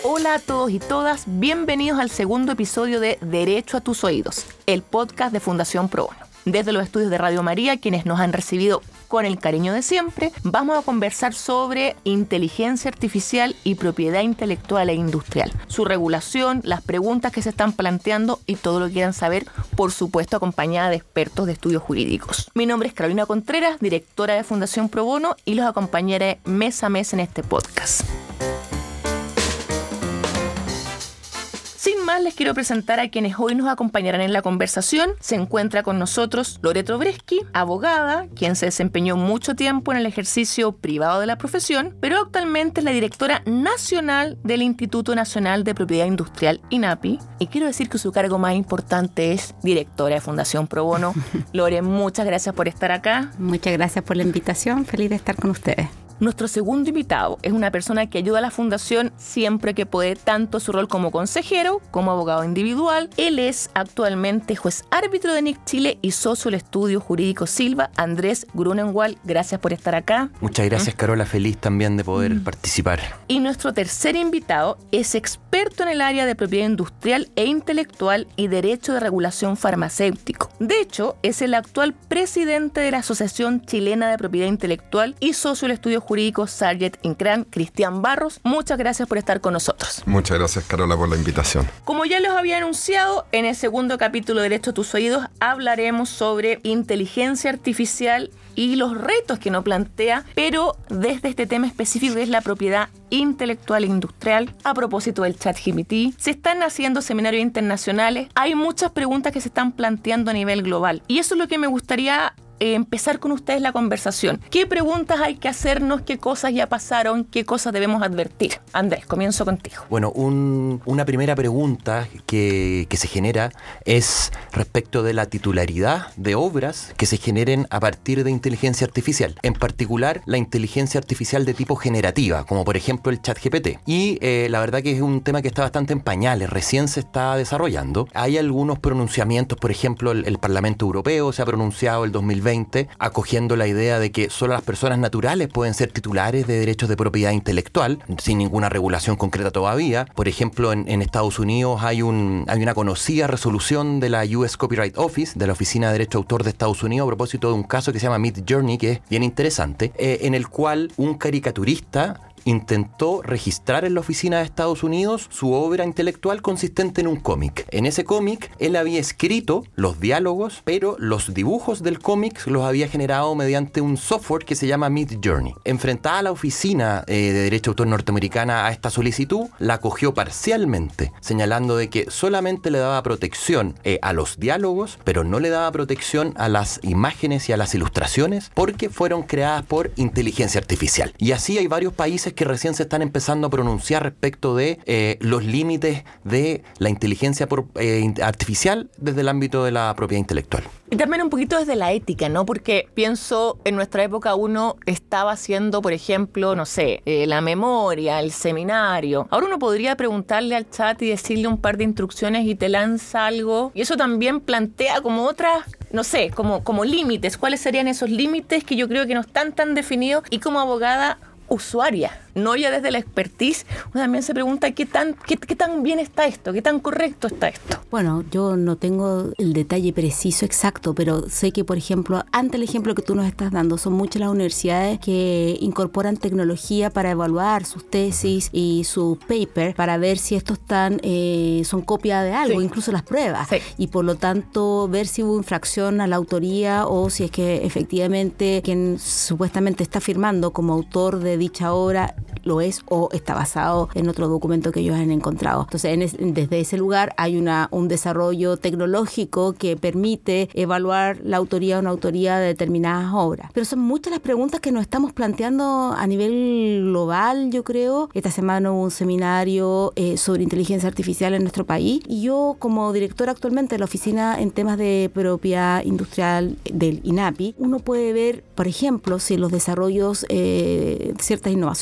Hola a todos y todas, bienvenidos al segundo episodio de Derecho a tus oídos, el podcast de Fundación Pro Bono. Desde los estudios de Radio María, quienes nos han recibido con el cariño de siempre, vamos a conversar sobre inteligencia artificial y propiedad intelectual e industrial, su regulación, las preguntas que se están planteando y todo lo que quieran saber, por supuesto acompañada de expertos de estudios jurídicos. Mi nombre es Carolina Contreras, directora de Fundación Pro Bono, y los acompañaré mes a mes en este podcast. Sin más, les quiero presentar a quienes hoy nos acompañarán en la conversación. Se encuentra con nosotros Loreto Breschi, abogada, quien se desempeñó mucho tiempo en el ejercicio privado de la profesión, pero actualmente es la directora nacional del Instituto Nacional de Propiedad Industrial, INAPI. Y quiero decir que su cargo más importante es directora de Fundación Pro Bono. Lore, muchas gracias por estar acá. Muchas gracias por la invitación. Feliz de estar con ustedes. Nuestro segundo invitado es una persona que ayuda a la Fundación siempre que puede, tanto su rol como consejero como abogado individual. Él es actualmente juez árbitro de NIC Chile y socio del estudio jurídico Silva, Andrés Grunenwald. Gracias por estar acá. Muchas gracias, Carola. Feliz también de poder participar. Y nuestro tercer invitado es experto en el área de propiedad industrial e intelectual y derecho de regulación farmacéutico. De hecho, es el actual presidente de la Asociación Chilena de Propiedad Intelectual y socio del estudio jurídico Sargent Incran, Cristian Barros. Muchas gracias por estar con nosotros. Muchas gracias, Carola, por la invitación. Como ya les había anunciado, en el segundo capítulo de Derecho a tus oídos hablaremos sobre inteligencia artificial y los retos que nos plantea, pero desde este tema específico que es la propiedad intelectual e industrial. A propósito del ChatGPT, se están haciendo seminarios internacionales, hay muchas preguntas que se están planteando a nivel global y eso es lo que me gustaría empezar con ustedes la conversación. ¿Qué preguntas hay que hacernos? ¿Qué cosas ya pasaron? ¿Qué cosas debemos advertir? Andrés, comienzo contigo. Bueno, una primera pregunta que se genera es respecto de la titularidad de obras que se generen a partir de inteligencia artificial. En particular, la inteligencia artificial de tipo generativa, como por ejemplo el ChatGPT. Y la verdad que es un tema que está bastante en pañales, recién se está desarrollando. Hay algunos pronunciamientos, por ejemplo, el Parlamento Europeo se ha pronunciado el 2020 acogiendo la idea de que solo las personas naturales pueden ser titulares de derechos de propiedad intelectual, sin ninguna regulación concreta todavía. Por ejemplo, en Estados Unidos hay una conocida resolución de la US Copyright Office, de la Oficina de Derecho de Autor de Estados Unidos, a propósito de un caso que se llama Midjourney, que es bien interesante, en el cual un caricaturista intentó registrar en la oficina de Estados Unidos su obra intelectual consistente en un cómic. En ese cómic, él había escrito los diálogos, pero los dibujos del cómic los había generado mediante un software que se llama Midjourney. Enfrentada a la oficina de Derecho de Autor norteamericana a esta solicitud, la acogió parcialmente, señalando de que solamente le daba protección a los diálogos, pero no le daba protección a las imágenes y a las ilustraciones, porque fueron creadas por inteligencia artificial. Y así hay varios países que recién se están empezando a pronunciar respecto de los límites de la inteligencia artificial desde el ámbito de la propiedad intelectual. Y también un poquito desde la ética, ¿no? Porque pienso, en nuestra época uno estaba haciendo, por ejemplo, no sé, la memoria, el seminario. Ahora uno podría preguntarle al chat y decirle un par de instrucciones y te lanza algo. Y eso también plantea como otras, no sé, como límites. ¿Cuáles serían esos límites que yo creo que no están tan definidos? Y como abogada usuaria, no ya desde la expertise, uno también se pregunta qué tan bien está esto, qué tan correcto está esto. Bueno, yo no tengo el detalle preciso exacto, pero sé que, por ejemplo, ante el ejemplo que tú nos estás dando, son muchas las universidades que incorporan tecnología para evaluar sus tesis y sus papers para ver si estos son copia de algo, sí, incluso las pruebas, sí, y por lo tanto ver si hubo infracción a la autoría o si es que efectivamente quien supuestamente está firmando como autor de dicha obra lo es o está basado en otro documento que ellos han encontrado. Entonces, desde ese lugar hay un desarrollo tecnológico que permite evaluar la autoría o no autoría de determinadas obras. Pero son muchas las preguntas que nos estamos planteando a nivel global, yo creo. Esta semana hubo un seminario sobre inteligencia artificial en nuestro país y yo, como directora actualmente de la oficina en temas de propiedad industrial del INAPI, uno puede ver, por ejemplo, si los desarrollos, ciertas innovaciones que incorporan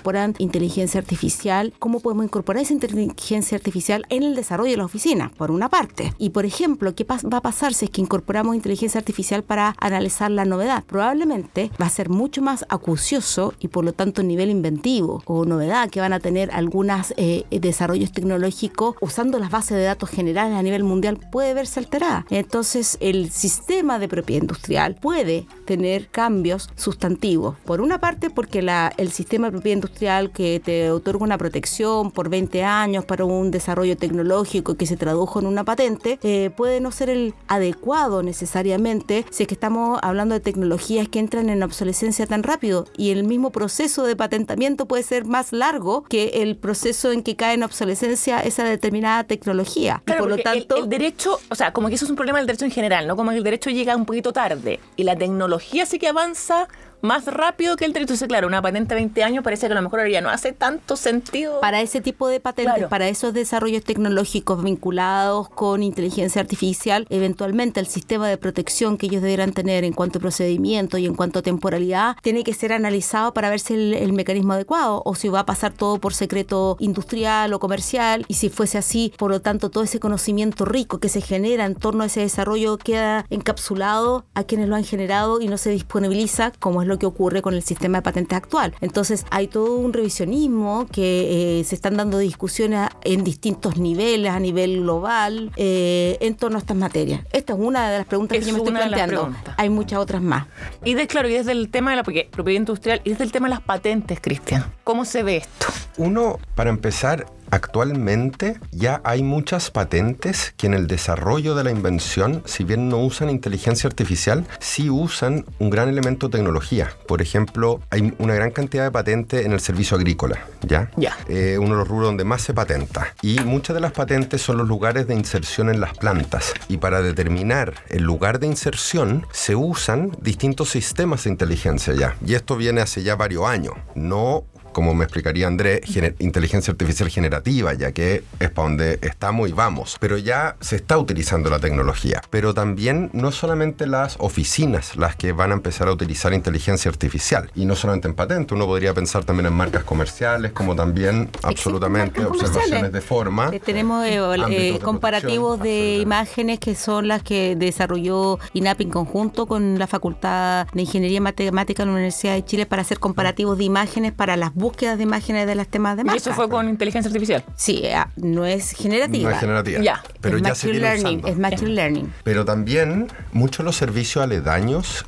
incorporan inteligencia artificial, cómo podemos incorporar esa inteligencia artificial en el desarrollo de la oficina, por una parte. Y, por ejemplo, ¿qué va a pasar si es que incorporamos inteligencia artificial para analizar la novedad? Probablemente va a ser mucho más acucioso y, por lo tanto, nivel inventivo o novedad que van a tener algunos desarrollos tecnológicos usando las bases de datos generales a nivel mundial puede verse alterada. Entonces, el sistema de propiedad industrial puede tener cambios sustantivos. Por una parte, porque el sistema de propiedad industrial que te otorga una protección por 20 años para un desarrollo tecnológico que se tradujo en una patente, puede no ser el adecuado necesariamente si es que estamos hablando de tecnologías que entran en obsolescencia tan rápido, y el mismo proceso de patentamiento puede ser más largo que el proceso en que cae en obsolescencia esa determinada tecnología. Claro, y por lo tanto, el derecho, o sea, como que eso es un problema del derecho en general, ¿no? Como que el derecho llega un poquito tarde y la tecnología sí que avanza más rápido que el derecho. Entonces, claro, una patente de 20 años parece que a lo mejor ya no hace tanto sentido. Para ese tipo de patentes, claro, para esos desarrollos tecnológicos vinculados con inteligencia artificial, eventualmente el sistema de protección que ellos deberán tener en cuanto a procedimiento y en cuanto a temporalidad tiene que ser analizado para ver si el mecanismo adecuado o si va a pasar todo por secreto industrial o comercial, y si fuese así, por lo tanto, todo ese conocimiento rico que se genera en torno a ese desarrollo queda encapsulado a quienes lo han generado y no se disponibiliza, como es lo que ocurre con el sistema de patentes actual. Entonces hay todo un revisionismo que se están dando discusiones en distintos niveles, a nivel global, en torno a estas materias. Esta es una de las preguntas que yo me estoy planteando. Hay muchas otras más. Y desde el tema de la propiedad industrial y desde el tema de las patentes, Cristian, ¿cómo se ve esto? Uno, para empezar, actualmente ya hay muchas patentes que en el desarrollo de la invención, si bien no usan inteligencia artificial, sí usan un gran elemento de tecnología. Por ejemplo, hay una gran cantidad de patentes en el servicio agrícola, ¿ya? Uno de los rubros donde más se patenta. Y muchas de las patentes son los lugares de inserción en las plantas. Y para determinar el lugar de inserción se usan distintos sistemas de inteligencia ya. Y esto viene hace ya varios años. No, como me explicaría Andrés, inteligencia artificial generativa, ya que es para donde estamos y vamos. Pero ya se está utilizando la tecnología. Pero también no solamente las oficinas las que van a empezar a utilizar inteligencia artificial. Y no solamente en patentes, uno podría pensar también en marcas comerciales, como también absolutamente observaciones de forma. Tenemos comparativos de imágenes que son las que desarrolló INAP en conjunto con la Facultad de Ingeniería Matemática de la Universidad de Chile para hacer comparativos de imágenes para las búsquedas de imágenes de los temas de marca. ¿Y eso fue con inteligencia artificial? Sí, no es generativa. No es generativa. Ya. Pero es ya se viene usando. Es machine learning. Pero también muchos de los servicios aledaños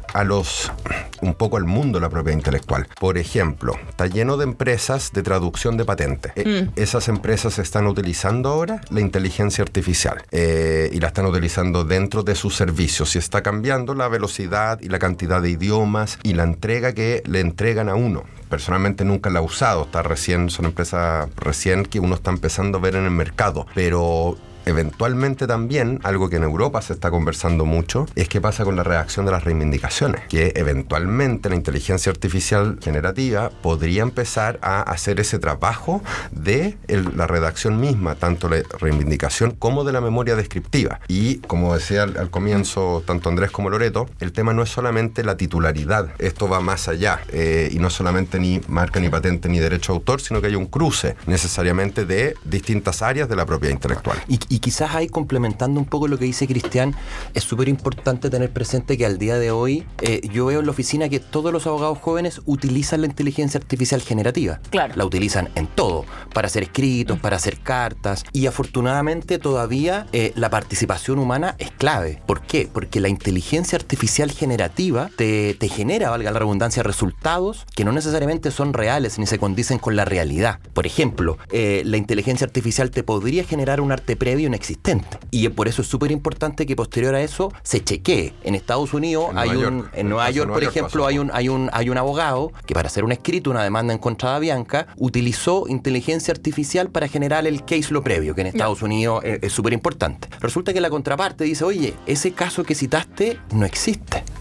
un poco al mundo de la propiedad intelectual. Por ejemplo, está lleno de empresas de traducción de patentes. Esas empresas están utilizando ahora la inteligencia artificial y la están utilizando dentro de sus servicios, y está cambiando la velocidad y la cantidad de idiomas y la entrega que le entregan a uno. Personalmente nunca la he usado, son empresas recién que uno está empezando a ver en el mercado, pero eventualmente también, algo que en Europa se está conversando mucho, es qué pasa con la redacción de las reivindicaciones, que eventualmente la inteligencia artificial generativa podría empezar a hacer ese trabajo de la redacción misma, tanto la reivindicación como de la memoria descriptiva. Y como decía al comienzo tanto Andrés como Loreto, el tema no es solamente la titularidad, esto va más allá, y no solamente ni marca, ni patente, ni derecho de autor, sino que hay un cruce necesariamente de distintas áreas de la propiedad intelectual. Y quizás ahí, complementando un poco lo que dice Cristian, es súper importante tener presente que al día de hoy yo veo en la oficina que todos los abogados jóvenes utilizan la inteligencia artificial generativa. Claro. La utilizan en todo, para hacer escritos, para hacer cartas, y afortunadamente todavía la participación humana es clave. ¿Por qué? Porque la inteligencia artificial generativa te genera, valga la redundancia, resultados que no necesariamente son reales ni se condicen con la realidad. Por ejemplo, la inteligencia artificial te podría generar un arte previo inexistente. Y por eso es súper importante que posterior a eso se chequee. En Estados Unidos en Nueva York, por ejemplo, hay un abogado que para hacer un escrito, una demanda en contra de Avianca, utilizó inteligencia artificial para generar el case law previo, que en Estados Unidos es súper importante. Resulta que la contraparte dice, oye, ese caso que citaste no existe.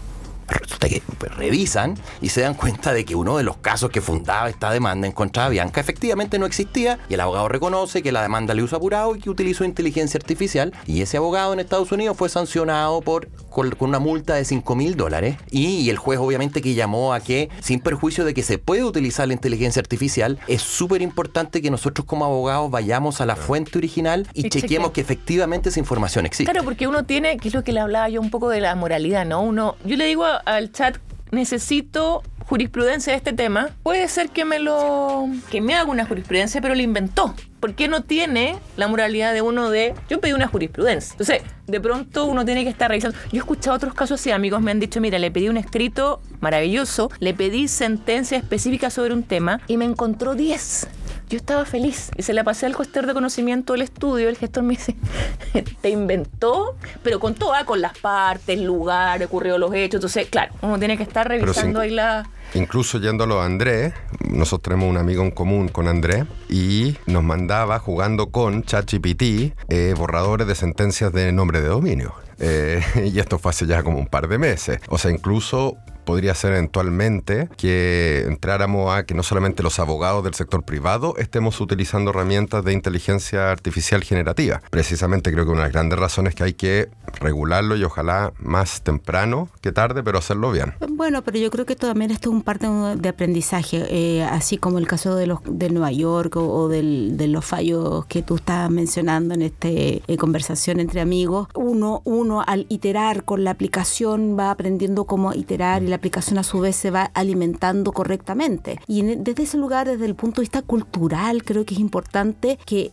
resulta que revisan y se dan cuenta de que uno de los casos que fundaba esta demanda en contra de Avianca efectivamente no existía, y el abogado reconoce que la demanda le usa apurado y que utilizó inteligencia artificial, y ese abogado en Estados Unidos fue sancionado con una multa de $5,000, y el juez obviamente que llamó a que, sin perjuicio de que se puede utilizar la inteligencia artificial, es súper importante que nosotros como abogados vayamos a la fuente original y chequeemos que efectivamente esa información existe. Claro, porque uno tiene, que es lo que le hablaba yo un poco de la moralidad, ¿no? Yo le digo al chat, necesito jurisprudencia de este tema. Puede ser que me haga una jurisprudencia, pero la inventó. ¿Por qué no tiene la moralidad de uno de, yo pedí una jurisprudencia? Entonces, de pronto uno tiene que estar revisando. Yo he escuchado otros casos así, amigos me han dicho, mira, le pedí un escrito maravilloso, le pedí sentencia específica sobre un tema y me encontró 10. Yo estaba feliz y se la pasé al gestor de conocimiento del estudio. El gestor me dice, te inventó, pero con todo, con las partes, lugar, ocurrió los hechos. Entonces, claro, uno tiene que estar revisando ahí la... Incluso yéndolo a Andrés, nosotros tenemos un amigo en común con Andrés y nos mandaba, jugando con ChatGPT, borradores de sentencias de nombre de dominio. Y esto fue hace ya como un par de meses. O sea, incluso podría ser eventualmente que entráramos a que no solamente los abogados del sector privado estemos utilizando herramientas de inteligencia artificial generativa. Precisamente creo que una de las grandes razones es que hay que regularlo y ojalá más temprano que tarde, pero hacerlo bien. Bueno, pero yo creo que también esto es un parte de aprendizaje, así como el caso de Nueva York o de los fallos que tú estabas mencionando en esta conversación entre amigos. Uno al iterar con la aplicación va aprendiendo cómo iterar y la aplicación a su vez se va alimentando correctamente. Y desde ese lugar, desde el punto de vista cultural, creo que es importante que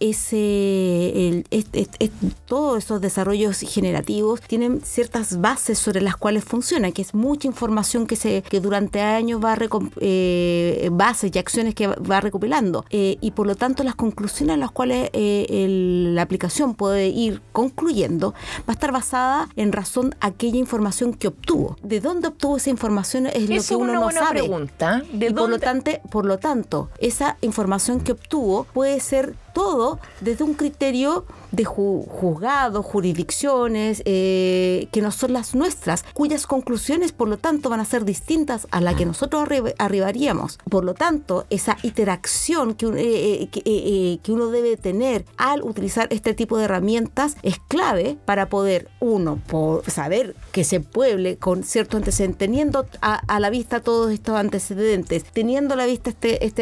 todos esos desarrollos generativos tienen ciertas bases sobre las cuales funciona, que es mucha información que durante años va bases y acciones que va recopilando. Y por lo tanto las conclusiones a las cuales la aplicación puede ir concluyendo va a estar basada en razón a aquella información que obtuvo. ¿De dónde obtuvo esa información? Es lo que uno no sabe. Pregunta. Por lo tanto, esa información que obtuvo puede ser todo desde un criterio de juzgados, jurisdicciones que no son las nuestras, cuyas conclusiones por lo tanto van a ser distintas a la que nosotros arribaríamos. Por lo tanto, esa interacción que uno debe tener al utilizar este tipo de herramientas es clave para poder, saber que se pueble con cierto antecedente, teniendo a la vista todos estos antecedentes, teniendo a la vista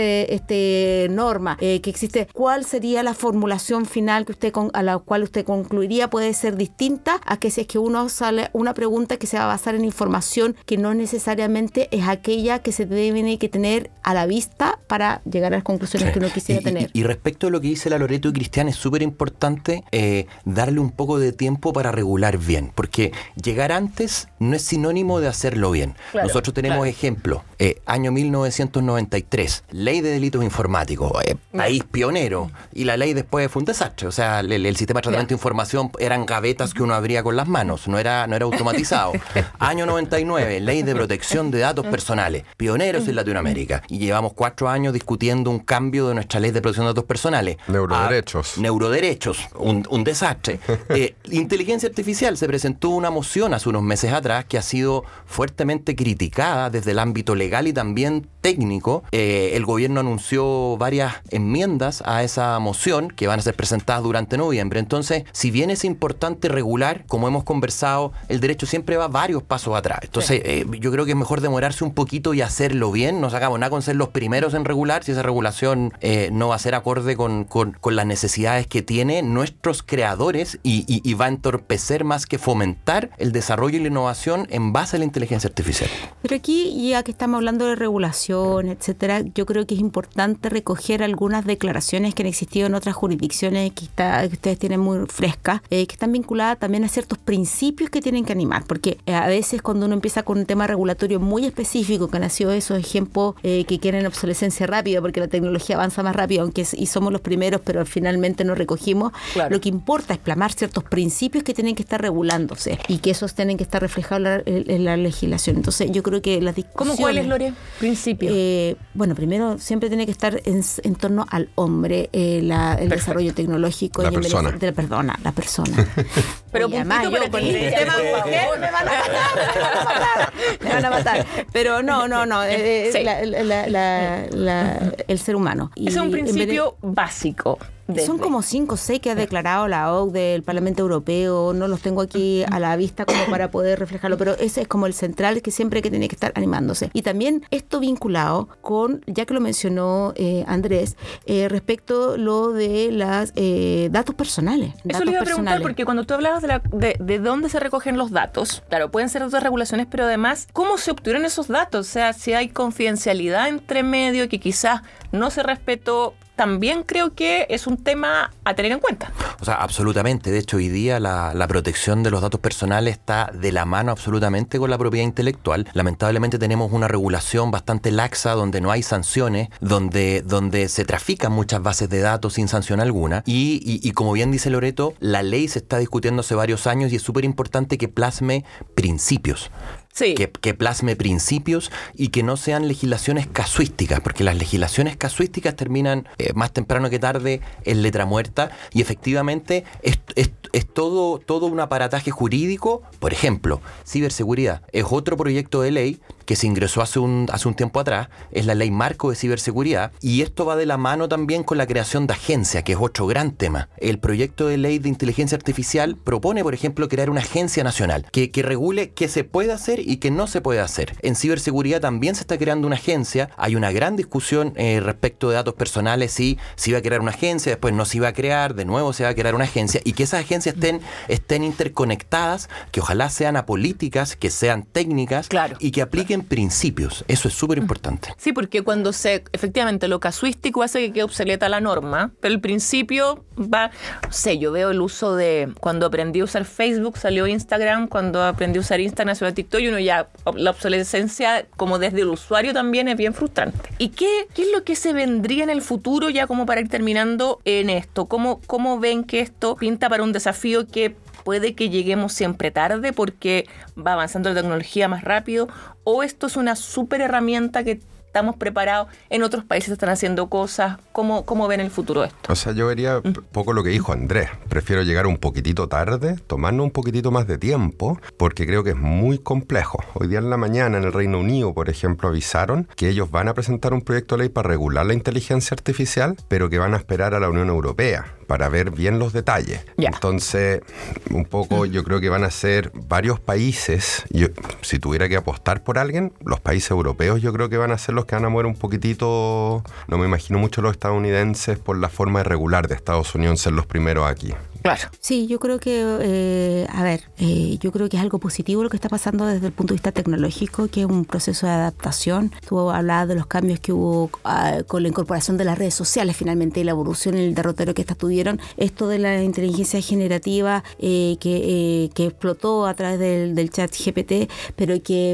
este norma que existe, cuál sería la formulación final a la cual usted concluiría puede ser distinta a que si es que uno sale una pregunta que se va a basar en información que no necesariamente es aquella que se debe que tener a la vista para llegar a las conclusiones que uno quisiera tener. Y respecto a lo que dice la Loreto y Cristian, es súper importante darle un poco de tiempo para regular bien, porque llegar antes no es sinónimo de hacerlo bien. Claro, nosotros tenemos ejemplos. Año 1993, ley de delitos informáticos, país pionero, y la ley después fue un desastre. O sea, el sistema de tratamiento de información eran gavetas que uno abría con las manos, no era automatizado. Año 99, ley de protección de datos personales, pioneros en Latinoamérica, y llevamos 4 años discutiendo un cambio de nuestra ley de protección de datos personales. Neuroderechos, un desastre. Inteligencia artificial, se presentó una moción hace unos meses atrás que ha sido fuertemente criticada desde el ámbito legal y también técnico. El gobierno anunció varias enmiendas a esa moción que van a ser presentadas durante noviembre. Entonces, si bien es importante regular, como hemos conversado, el derecho siempre va varios pasos atrás. Entonces, yo creo que es mejor demorarse un poquito y hacerlo bien. No sacamos nada con ser los primeros en regular si esa regulación no va a ser acorde con las necesidades que tienen nuestros creadores y va a entorpecer más que fomentar el desarrollo y la innovación en base a la inteligencia artificial. Pero aquí, ya que estamos hablando de regulación, etcétera, yo creo que es importante recoger algunas declaraciones que han existido en otras jurisdicciones que ustedes tienen muy frescas, que están vinculadas también a ciertos principios que tienen que animar, porque a veces cuando uno empieza con un tema regulatorio muy específico, que han sido esos ejemplos que quieren obsolescencia rápida, porque la tecnología avanza más rápido, aunque somos los primeros, pero finalmente no recogimos, claro. Lo que importa es plasmar ciertos principios que tienen que estar regulándose y que esos tienen que estar reflejados en la legislación. Entonces yo creo que las discusiones... ¿Cómo cuáles, Lore? principio? Bueno, primero siempre tiene que estar en torno al hombre, el desarrollo tecnológico la persona. La persona. Pero Oye, además, puntito yo para con ti, el tema mujer me van a matar. Pero no, Sí. el ser humano. Es un principio básico. Son como 5 o 6 que ha declarado la OCDE, el Parlamento Europeo. No los tengo aquí a la vista como para poder reflejarlo, pero ese es como el central que siempre que tiene que estar animándose. Y también esto vinculado con, ya que lo mencionó Andrés, respecto lo de las datos personales. Eso le iba a preguntar, porque cuando tú hablabas de dónde se recogen los datos, claro, pueden ser otras regulaciones, pero además, ¿cómo se obtuvieron esos datos? O sea, si hay confidencialidad entre medio que quizás no se respetó, también creo que es un tema a tener en cuenta. O sea, absolutamente. De hecho, hoy día la protección de los datos personales está de la mano absolutamente con la propiedad intelectual. Lamentablemente tenemos una regulación bastante laxa donde no hay sanciones, donde se trafican muchas bases de datos sin sanción alguna. Y como bien dice Loreto, la ley se está discutiendo hace varios años y es súper importante que plasme principios. Sí. Que plasme principios y que no sean legislaciones casuísticas, porque las legislaciones casuísticas terminan más temprano que tarde en letra muerta, y efectivamente es todo un aparataje jurídico. Por ejemplo, ciberseguridad es otro proyecto de ley que se ingresó hace un tiempo atrás, es la ley marco de ciberseguridad, y esto va de la mano también con la creación de agencia, que es otro gran tema. El proyecto de ley de inteligencia artificial propone, por ejemplo, crear una agencia nacional que regule qué se puede hacer y qué no se puede hacer. En ciberseguridad también se está creando una agencia. Hay una gran discusión respecto de datos personales, si se iba a crear una agencia, después no se iba a crear, de nuevo se va a crear una agencia, y que esas agencias estén interconectadas, que ojalá sean apolíticas, que sean técnicas, claro, y que apliquen principios. Eso es súper importante. Sí, porque cuando efectivamente lo casuístico hace que quede obsoleta la norma, pero el principio va, no sé, yo veo el uso de, cuando aprendí a usar Facebook salió Instagram, cuando aprendí a usar Instagram salió TikTok, y uno ya, la obsolescencia como desde el usuario también es bien frustrante. ¿Y qué es lo que se vendría en el futuro, ya como para ir terminando en esto? ¿Cómo ven que esto pinta para un desafío que puede que lleguemos siempre tarde porque va avanzando la tecnología más rápido, o esto es una súper herramienta que estamos preparados, en otros países están haciendo cosas? ¿Cómo ven el futuro de esto? O sea, yo vería poco lo que dijo Andrés. Prefiero llegar un poquitito tarde, tomarnos un poquitito más de tiempo, porque creo que es muy complejo. Hoy día en la mañana en el Reino Unido, por ejemplo, avisaron que ellos van a presentar un proyecto de ley para regular la inteligencia artificial, pero que van a esperar a la Unión Europea para ver bien los detalles. Ya. Entonces, un poco yo creo que van a ser varios países. Si tuviera que apostar por alguien, los países europeos yo creo que van a ser los que van a mover un poquitito. No me imagino mucho los estadounidenses por la forma de regular de Estados Unidos ser los primeros aquí. Claro. Sí, yo creo que, yo creo que es algo positivo lo que está pasando desde el punto de vista tecnológico, que es un proceso de adaptación. Tú hablabas de los cambios que hubo con la incorporación de las redes sociales, finalmente, y la evolución y el derrotero que estas tuvieron. Esto de la inteligencia generativa que explotó a través del chat GPT, pero que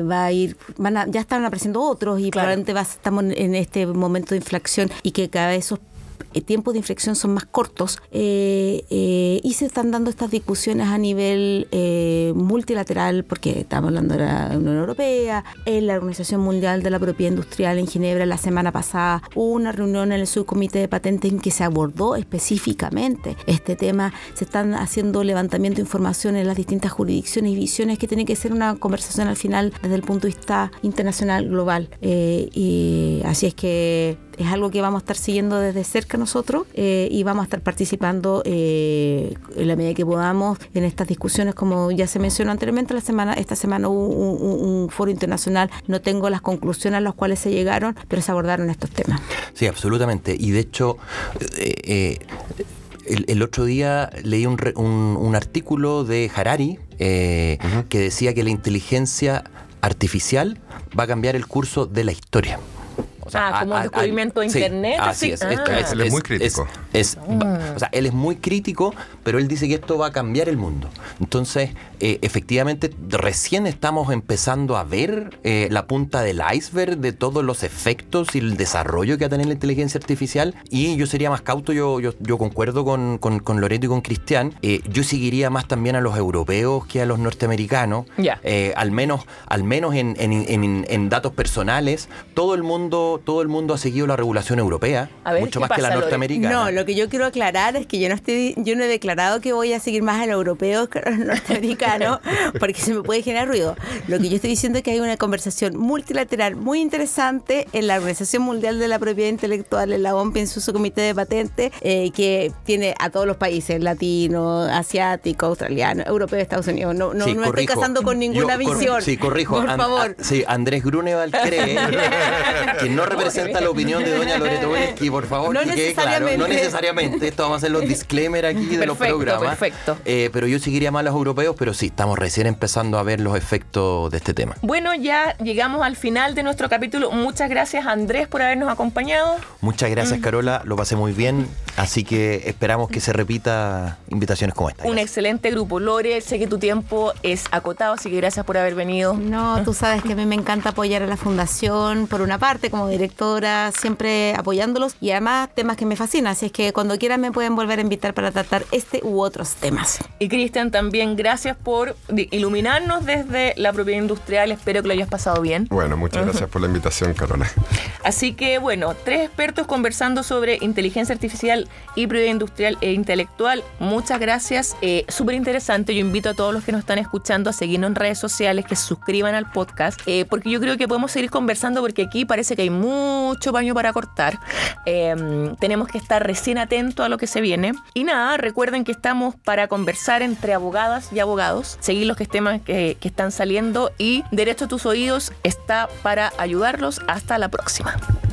ya están apareciendo otros, y claro, probablemente estamos en este momento de inflexión, y que cada vez esos tiempos de inflexión son más cortos, y se están dando estas discusiones a nivel multilateral, porque estamos hablando de la Unión Europea, en la Organización Mundial de la Propiedad Industrial en Ginebra. La semana pasada hubo una reunión en el subcomité de patentes en que se abordó específicamente este tema. Se están haciendo levantamiento de información en las distintas jurisdicciones y visiones, que tiene que ser una conversación al final desde el punto de vista internacional, global, y así es que es algo que vamos a estar siguiendo desde cerca nosotros, y vamos a estar participando en la medida que podamos en estas discusiones, como ya se mencionó anteriormente. Esta semana hubo un foro internacional. No tengo las conclusiones a las cuales se llegaron, pero se abordaron estos temas. Sí, absolutamente. Y de hecho, el otro día leí un artículo de Harari que decía que la inteligencia artificial va a cambiar el curso de la historia. O sea, como un descubrimiento de Internet. Así es. Él es muy crítico. O sea, él es muy crítico, pero él dice que esto va a cambiar el mundo. Entonces, efectivamente, recién estamos empezando a ver la punta del iceberg de todos los efectos y el desarrollo que va a tener la inteligencia artificial. Y yo sería más cauto, yo concuerdo con Loreto y con Cristian. Yo seguiría más también a los europeos que a los norteamericanos. Al menos en datos personales, todo el mundo ha seguido la regulación europea, mucho más que la norteamericana. No, lo que yo quiero aclarar es que yo no he declarado que voy a seguir más a los europeos que a los norteamericanos, porque se me puede generar ruido. Lo que yo estoy diciendo es que hay una conversación multilateral muy interesante en la Organización Mundial de la Propiedad Intelectual, en la OMP, en su comité de patentes, que tiene a todos los países, latinos, asiáticos, australianos, europeos, Estados Unidos. No me estoy casando con ninguna visión. Sí, corrijo. Por favor. Andrés Grunewald cree que no representa la opinión de doña Loreto Vélez, y por favor, que quede claro, no necesariamente. Esto vamos a hacer los disclaimers aquí de los programas. Perfecto. Pero yo seguiría más a los europeos, pero sí, estamos recién empezando a ver los efectos de este tema. Bueno, ya llegamos al final de nuestro capítulo. Muchas gracias, Andrés, por habernos acompañado. Muchas gracias, Carola. Lo pasé muy bien. Así que esperamos que se repita invitaciones como esta. Un excelente grupo. Lore, sé que tu tiempo es acotado, así que gracias por haber venido. No, tú sabes que a mí me encanta apoyar a la Fundación, por una parte, como directora, siempre apoyándolos, y además temas que me fascinan, así es que cuando quieran me pueden volver a invitar para tratar este u otros temas. Y Cristian, también gracias por iluminarnos desde la propiedad industrial. Espero que lo hayas pasado bien. Bueno, muchas gracias por la invitación, Carola. Así que, bueno, 3 expertos conversando sobre inteligencia artificial y propiedad industrial e intelectual. Muchas gracias. Súper interesante. Yo invito a todos los que nos están escuchando a seguirnos en redes sociales, que se suscriban al podcast, porque yo creo que podemos seguir conversando, porque aquí parece que hay mucho paño para cortar. Tenemos que estar recién atentos a lo que se viene. Y nada, recuerden que estamos para conversar entre abogadas y abogados, seguir los temas que están saliendo, y Derecho a tus oídos está para ayudarlos. Hasta la próxima.